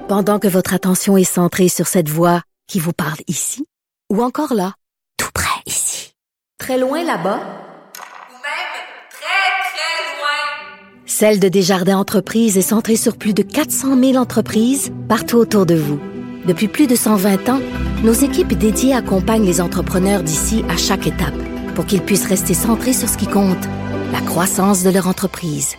Pendant que votre attention est centrée sur cette voix qui vous parle ici, ou encore là, tout près ici, très loin là-bas, ou même très, très loin. Celle de Desjardins Entreprises est centrée sur plus de 400 000 entreprises partout autour de vous. Depuis plus de 120 ans, nos équipes dédiées accompagnent les entrepreneurs d'ici à chaque étape pour qu'ils puissent rester centrés sur ce qui compte, la croissance de leur entreprise.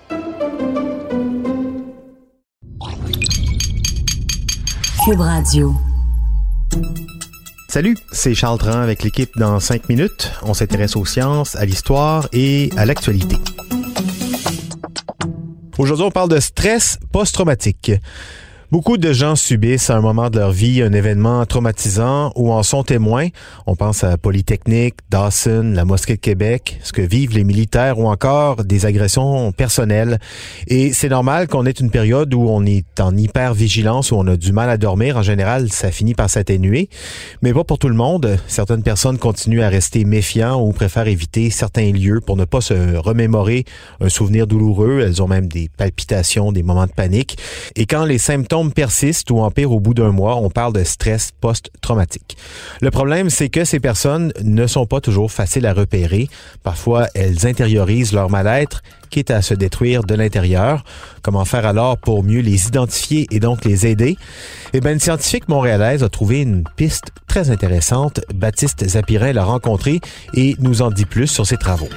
Cube Radio. Salut, c'est Charles Dran avec l'équipe dans 5 minutes. On s'intéresse aux sciences, à l'histoire et à l'actualité. Aujourd'hui, on parle de stress post-traumatique. Beaucoup de gens subissent à un moment de leur vie un événement traumatisant ou en sont témoins. On pense à Polytechnique, Dawson, la Mosquée de Québec, ce que vivent les militaires ou encore des agressions personnelles. Et c'est normal qu'on ait une période où on est en hyper-vigilance, où on a du mal à dormir. En général, ça finit par s'atténuer. Mais pas pour tout le monde. Certaines personnes continuent à rester méfiants ou préfèrent éviter certains lieux pour ne pas se remémorer un souvenir douloureux. Elles ont même des palpitations, des moments de panique. Et quand les symptômes persistent ou empirent au bout d'un mois, on parle de stress post-traumatique. Le problème, c'est que ces personnes ne sont pas toujours faciles à repérer. Parfois, elles intériorisent leur mal-être, quitte à se détruire de l'intérieur. Comment faire alors pour mieux les identifier et donc les aider? Eh bien, une scientifique montréalaise a trouvé une piste très intéressante. Baptiste Zapirin l'a rencontrée et nous en dit plus sur ses travaux.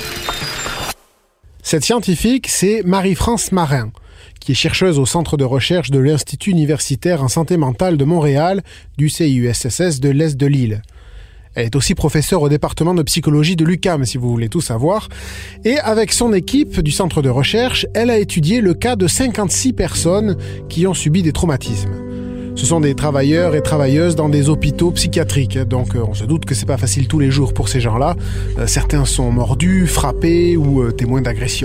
Cette scientifique, c'est Marie-France Marin, qui est chercheuse au centre de recherche de l'Institut universitaire en santé mentale de Montréal, du CIUSSS de l'Est de l'île. Elle est aussi professeure au département de psychologie de l'UQAM, si vous voulez tout savoir. Et avec son équipe du centre de recherche, elle a étudié le cas de 56 personnes qui ont subi des traumatismes. Ce sont des travailleurs et travailleuses dans des hôpitaux psychiatriques. Donc on se doute que c'est pas facile tous les jours pour ces gens-là. Certains sont mordus, frappés ou témoins d'agressions.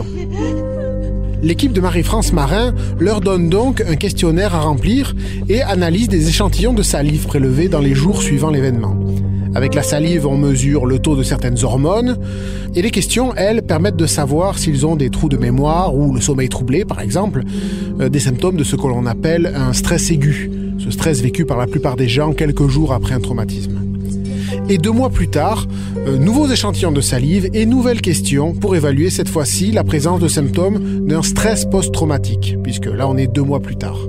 L'équipe de Marie-France Marin leur donne donc un questionnaire à remplir et analyse des échantillons de salive prélevés dans les jours suivant l'événement. Avec la salive, on mesure le taux de certaines hormones et les questions, elles, permettent de savoir s'ils ont des trous de mémoire ou le sommeil troublé, par exemple, des symptômes de ce que l'on appelle un stress aigu, ce stress vécu par la plupart des gens quelques jours après un traumatisme. Et 2 mois plus tard, nouveaux échantillons de salive et nouvelles questions pour évaluer cette fois-ci la présence de symptômes d'un stress post-traumatique, puisque là on est 2 mois plus tard.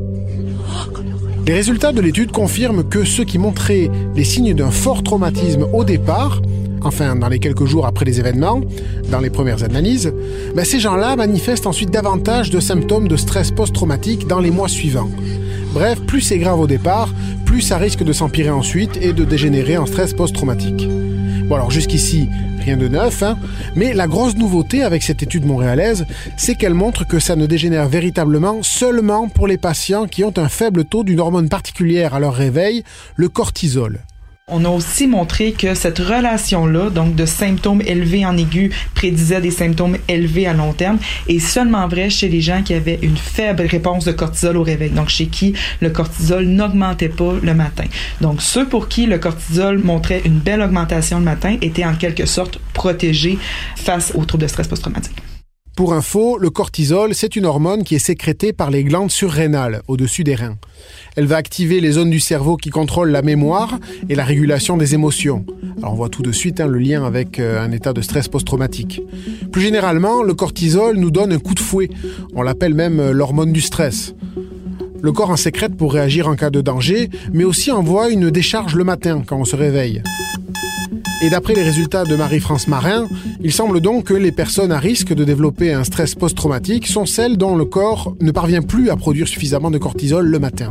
Les résultats de l'étude confirment que ceux qui montraient les signes d'un fort traumatisme au départ, enfin dans les quelques jours après les événements, dans les premières analyses, ces gens-là manifestent ensuite davantage de symptômes de stress post-traumatique dans les mois suivants. Bref, plus c'est grave au départ, plus ça risque de s'empirer ensuite et de dégénérer en stress post-traumatique. Bon alors jusqu'ici, rien de neuf, mais la grosse nouveauté avec cette étude montréalaise, c'est qu'elle montre que ça ne dégénère véritablement seulement pour les patients qui ont un faible taux d'une hormone particulière à leur réveil, le cortisol. On a aussi montré que cette relation-là, donc de symptômes élevés en aigu, prédisait des symptômes élevés à long terme, est seulement vrai chez les gens qui avaient une faible réponse de cortisol au réveil, donc chez qui le cortisol n'augmentait pas le matin. Donc ceux pour qui le cortisol montrait une belle augmentation le matin étaient en quelque sorte protégés face aux troubles de stress post-traumatique. Pour info, le cortisol, c'est une hormone qui est sécrétée par les glandes surrénales, au-dessus des reins. Elle va activer les zones du cerveau qui contrôlent la mémoire et la régulation des émotions. Alors on voit tout de suite le lien avec un état de stress post-traumatique. Plus généralement, le cortisol nous donne un coup de fouet. On l'appelle même l'hormone du stress. Le corps en sécrète pour réagir en cas de danger, mais aussi envoie une décharge le matin quand on se réveille. Et d'après les résultats de Marie-France Marin, il semble donc que les personnes à risque de développer un stress post-traumatique sont celles dont le corps ne parvient plus à produire suffisamment de cortisol le matin.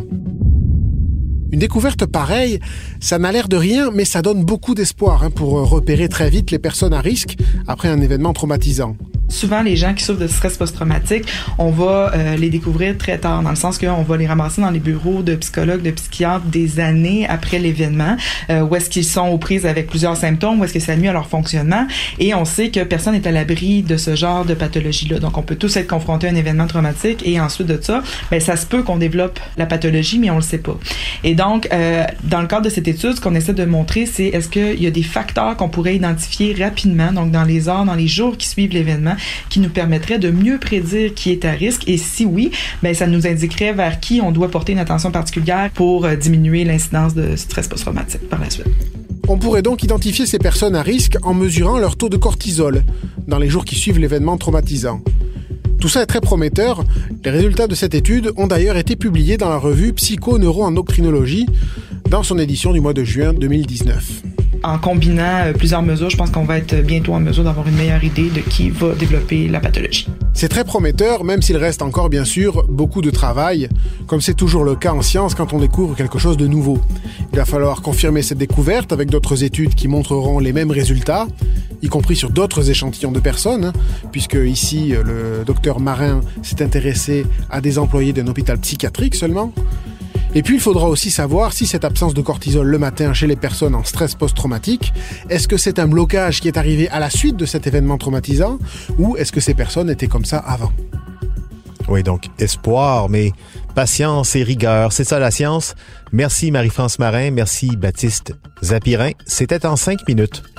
Une découverte pareille, ça n'a l'air de rien, mais ça donne beaucoup d'espoir pour repérer très vite les personnes à risque après un événement traumatisant. Souvent, les gens qui souffrent de stress post-traumatique, on va les découvrir très tard, dans le sens qu'on va les ramasser dans les bureaux de psychologues, de psychiatres des années après l'événement, où est-ce qu'ils sont aux prises avec plusieurs symptômes, où est-ce que ça nuit à leur fonctionnement, et on sait que personne n'est à l'abri de ce genre de pathologie-là. Donc, on peut tous être confrontés à un événement traumatique, et ensuite de ça, ça se peut qu'on développe la pathologie, mais on le sait pas. Et donc, dans le cadre de cette étude, ce qu'on essaie de montrer, c'est est-ce qu'il y a des facteurs qu'on pourrait identifier rapidement, donc dans les heures, dans les jours qui suivent l'événement, qui nous permettrait de mieux prédire qui est à risque et si oui, ben ça nous indiquerait vers qui on doit porter une attention particulière pour diminuer l'incidence de stress post-traumatique par la suite. On pourrait donc identifier ces personnes à risque en mesurant leur taux de cortisol dans les jours qui suivent l'événement traumatisant. Tout ça est très prometteur. Les résultats de cette étude ont d'ailleurs été publiés dans la revue Psycho-Neuro-Endocrinologie dans son édition du mois de juin 2019. En combinant plusieurs mesures, je pense qu'on va être bientôt en mesure d'avoir une meilleure idée de qui va développer la pathologie. C'est très prometteur, même s'il reste encore bien sûr beaucoup de travail, comme c'est toujours le cas en science quand on découvre quelque chose de nouveau. Il va falloir confirmer cette découverte avec d'autres études qui montreront les mêmes résultats, y compris sur d'autres échantillons de personnes, puisque ici le docteur Marin s'est intéressé à des employés d'un hôpital psychiatrique seulement. Et puis, il faudra aussi savoir si cette absence de cortisol le matin chez les personnes en stress post-traumatique, est-ce que c'est un blocage qui est arrivé à la suite de cet événement traumatisant ou est-ce que ces personnes étaient comme ça avant? Oui, donc espoir, mais patience et rigueur, c'est ça la science. Merci Marie-France Marin, merci Baptiste Zapirin. C'était en 5 minutes.